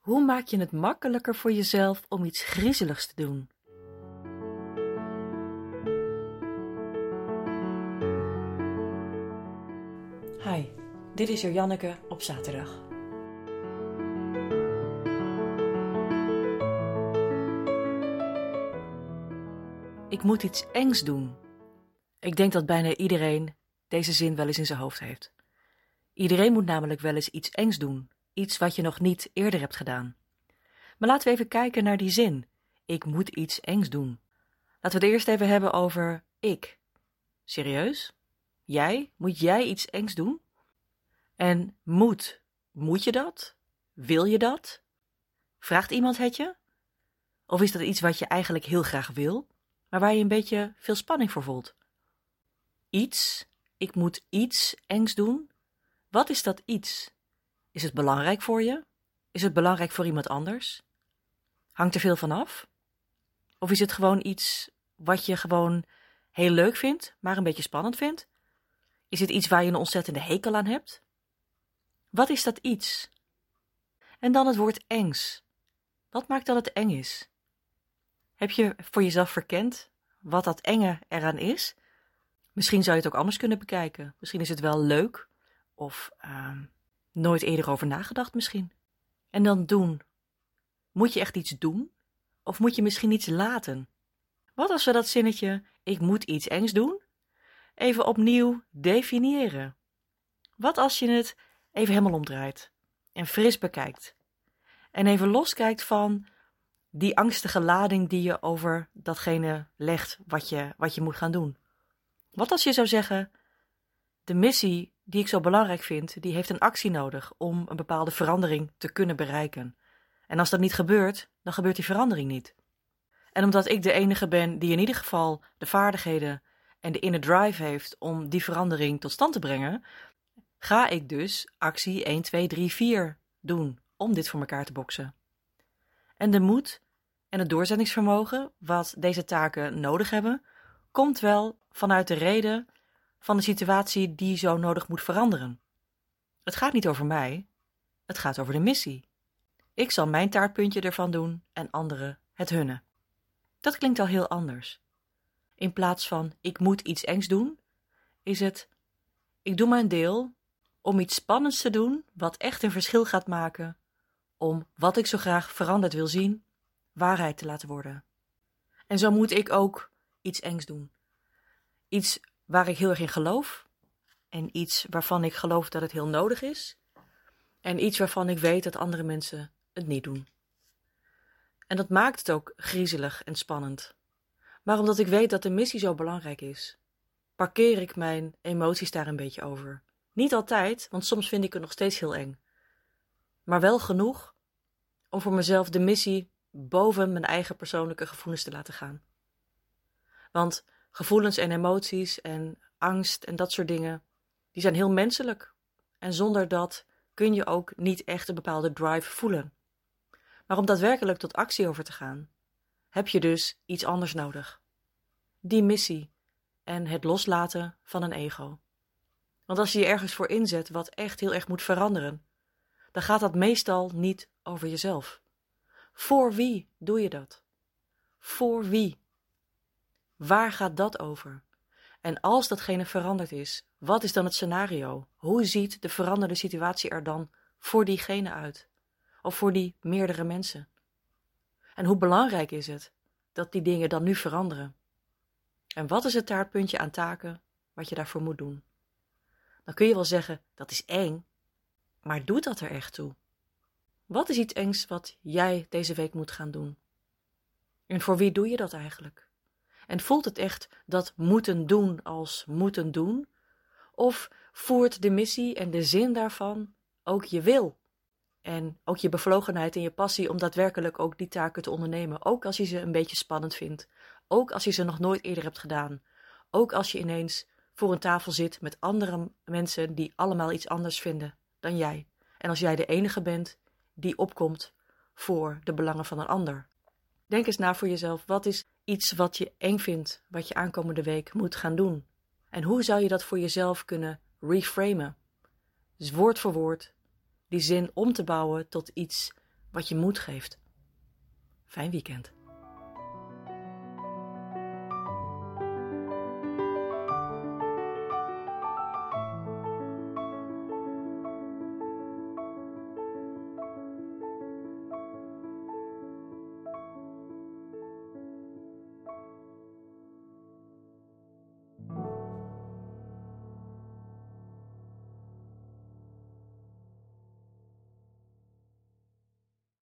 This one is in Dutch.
Hoe maak je het makkelijker voor jezelf om iets griezeligs te doen? Hi, dit is Janneke op zaterdag. Ik moet iets engs doen. Ik denk dat bijna iedereen deze zin wel eens in zijn hoofd heeft. Iedereen moet namelijk wel eens iets engs doen. Iets wat je nog niet eerder hebt gedaan. Maar laten we even kijken naar die zin. Ik moet iets engs doen. Laten we het eerst even hebben over ik. Serieus? Jij? Moet jij iets engs doen? En moet je dat? Wil je dat? Vraagt iemand het je? Of is dat iets wat je eigenlijk heel graag wil, maar waar je een beetje veel spanning voor voelt? Ik moet iets engs doen. Wat is dat iets? Is het belangrijk voor je? Is het belangrijk voor iemand anders? Hangt er veel van af? Of is het gewoon iets wat je gewoon heel leuk vindt, maar een beetje spannend vindt? Is het iets waar je een ontzettende hekel aan hebt? Wat is dat iets? En dan het woord engs. Wat maakt dat het eng is? Heb je voor jezelf verkend wat dat enge eraan is? Misschien zou je het ook anders kunnen bekijken. Misschien is het wel leuk of nooit eerder over nagedacht misschien. En dan doen. Moet je echt iets doen? Of moet je misschien iets laten? Wat als we dat zinnetje, ik moet iets engs doen, even opnieuw definiëren? Wat als je het even helemaal omdraait en fris bekijkt? En even loskijkt van die angstige lading die je over datgene legt wat je moet gaan doen. Wat als je zou zeggen, de missie die ik zo belangrijk vind, die heeft een actie nodig om een bepaalde verandering te kunnen bereiken. En als dat niet gebeurt, dan gebeurt die verandering niet. En omdat ik de enige ben die in ieder geval de vaardigheden en de inner drive heeft om die verandering tot stand te brengen, ga ik dus actie 1, 2, 3, 4 doen om dit voor elkaar te boksen. En de moed en het doorzettingsvermogen wat deze taken nodig hebben, komt wel vanuit de reden van de situatie die zo nodig moet veranderen. Het gaat niet over mij, het gaat over de missie. Ik zal mijn taartpuntje ervan doen en anderen het hunne. Dat klinkt al heel anders. In plaats van ik moet iets engs doen, is het ik doe mijn deel om iets spannends te doen wat echt een verschil gaat maken, om wat ik zo graag veranderd wil zien, waarheid te laten worden. En zo moet ik ook iets engs doen. Iets waar ik heel erg in geloof en iets waarvan ik geloof dat het heel nodig is en iets waarvan ik weet dat andere mensen het niet doen. En dat maakt het ook griezelig en spannend. Maar omdat ik weet dat de missie zo belangrijk is, parkeer ik mijn emoties daar een beetje over. Niet altijd, want soms vind ik het nog steeds heel eng. Maar wel genoeg om voor mezelf de missie boven mijn eigen persoonlijke gevoelens te laten gaan. Want gevoelens en emoties en angst en dat soort dingen, die zijn heel menselijk. En zonder dat kun je ook niet echt een bepaalde drive voelen. Maar om daadwerkelijk tot actie over te gaan, heb je dus iets anders nodig. Die missie en het loslaten van een ego. Want als je je ergens voor inzet wat echt heel erg moet veranderen, dan gaat dat meestal niet over jezelf. Voor wie doe je dat? Voor wie? Waar gaat dat over? En als datgene veranderd is, wat is dan het scenario? Hoe ziet de veranderde situatie er dan voor diegene uit? Of voor die meerdere mensen? En hoe belangrijk is het dat die dingen dan nu veranderen? En wat is het taartpuntje aan taken wat je daarvoor moet doen? Dan kun je wel zeggen, dat is eng, maar doet dat er echt toe? Wat is iets engs wat jij deze week moet gaan doen? En voor wie doe je dat eigenlijk? En voelt het echt dat moeten doen als moeten doen? Of voert de missie en de zin daarvan ook je wil? En ook je bevlogenheid en je passie om daadwerkelijk ook die taken te ondernemen. Ook als je ze een beetje spannend vindt. Ook als je ze nog nooit eerder hebt gedaan. Ook als je ineens voor een tafel zit met andere mensen die allemaal iets anders vinden dan jij. En als jij de enige bent die opkomt voor de belangen van een ander. Denk eens na voor jezelf, wat is iets wat je eng vindt, wat je aankomende week moet gaan doen? En hoe zou je dat voor jezelf kunnen reframen? Dus woord voor woord, die zin om te bouwen tot iets wat je moed geeft. Fijn weekend.